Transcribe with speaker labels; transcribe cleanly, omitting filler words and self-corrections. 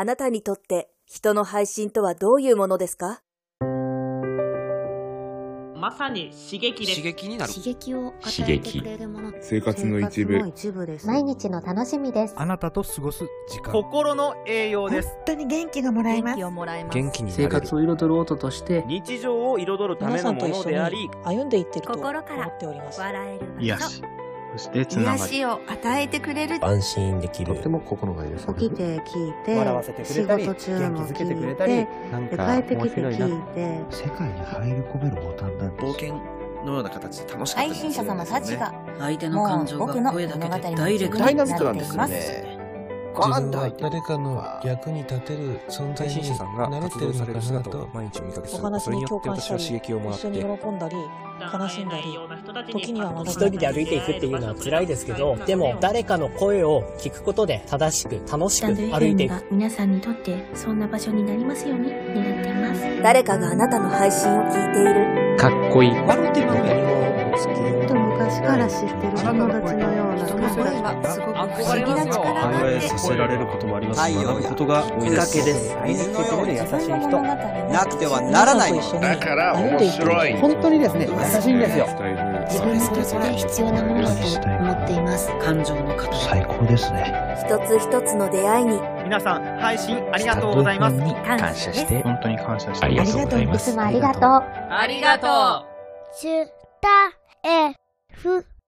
Speaker 1: あなたにとって人の配信とはどういうものですか？
Speaker 2: まさに刺激です。
Speaker 3: 刺激になる。
Speaker 4: 刺激を与えてくれるもの。
Speaker 5: 生活の一部
Speaker 4: です。
Speaker 6: 毎日の楽しみです。
Speaker 7: あなたと過ごす時間。
Speaker 2: 心の栄養です。
Speaker 8: 本当に元気がもらえます。
Speaker 3: 元気になれる。
Speaker 9: 生活を彩る音として
Speaker 2: 日常を彩るためのものであり、
Speaker 8: 歩んでいってると思
Speaker 4: 心から
Speaker 8: っております。
Speaker 4: 笑える場所。
Speaker 5: 癒し、そしてつながり、
Speaker 4: 癒しを与えてくれる。
Speaker 10: 安心できる。
Speaker 9: とっても心が揺さぶる。
Speaker 6: 起きて聞いて、
Speaker 7: 笑わせてくれたり、
Speaker 6: 仕事中も
Speaker 7: 元気づけてくれた
Speaker 6: 聞
Speaker 7: り、
Speaker 6: いて、
Speaker 9: なん
Speaker 6: で
Speaker 9: か面
Speaker 6: 帰ってきて
Speaker 9: 白いな。
Speaker 6: 聞いて、
Speaker 10: 世界に入り込めるボタンなんです。
Speaker 3: 冒険のような形で楽しかった
Speaker 4: 配信者様たちが
Speaker 9: 相手の感情が声だけでダイレクト
Speaker 3: ダイ
Speaker 9: に
Speaker 3: ナミックなんですよ
Speaker 4: な
Speaker 3: ね。
Speaker 10: 自分は誰かの役に立てる存在に
Speaker 3: 配信者さんが
Speaker 10: 慣れ
Speaker 3: 活動
Speaker 10: てるのかな
Speaker 3: される姿を
Speaker 10: と。
Speaker 3: 毎日お見かけする。
Speaker 8: お話に
Speaker 3: それによって
Speaker 8: 共感したり、
Speaker 3: 私は刺激をもらって、
Speaker 8: 一緒に喜んだり、悲しんだり、時にはまだ
Speaker 11: 一人で歩いていくっていうのは辛いですけど、でも誰かの声を聞くことで正しく楽しく歩いていく。
Speaker 4: 皆さんにとってそんな場所になりますように願っています。
Speaker 1: 誰かがあなたの配信を聞いている。
Speaker 9: かっこいい。
Speaker 3: 笑ってるのね。
Speaker 6: 昔から知ってる友達のような
Speaker 4: 人の声はすごく不思議な力があって、
Speaker 10: させられることもありますし、学ぶことが多い
Speaker 9: きっかけです。
Speaker 11: 愛につけてみる優しい人。
Speaker 9: なくてはならない。
Speaker 5: だから面白い。
Speaker 7: 本当にですね、優しいんですよ。
Speaker 4: 自分にとって必要なものだと思っています。
Speaker 9: 感情の形。
Speaker 10: 最高ですね。
Speaker 1: 一つ一つの出会いに
Speaker 2: 皆さん配信ありがとうございます。
Speaker 4: 感謝して
Speaker 5: 本当に感謝して
Speaker 10: ありがとうございます。
Speaker 6: いつもありがとう。
Speaker 2: ありがとう。
Speaker 6: チュタエフ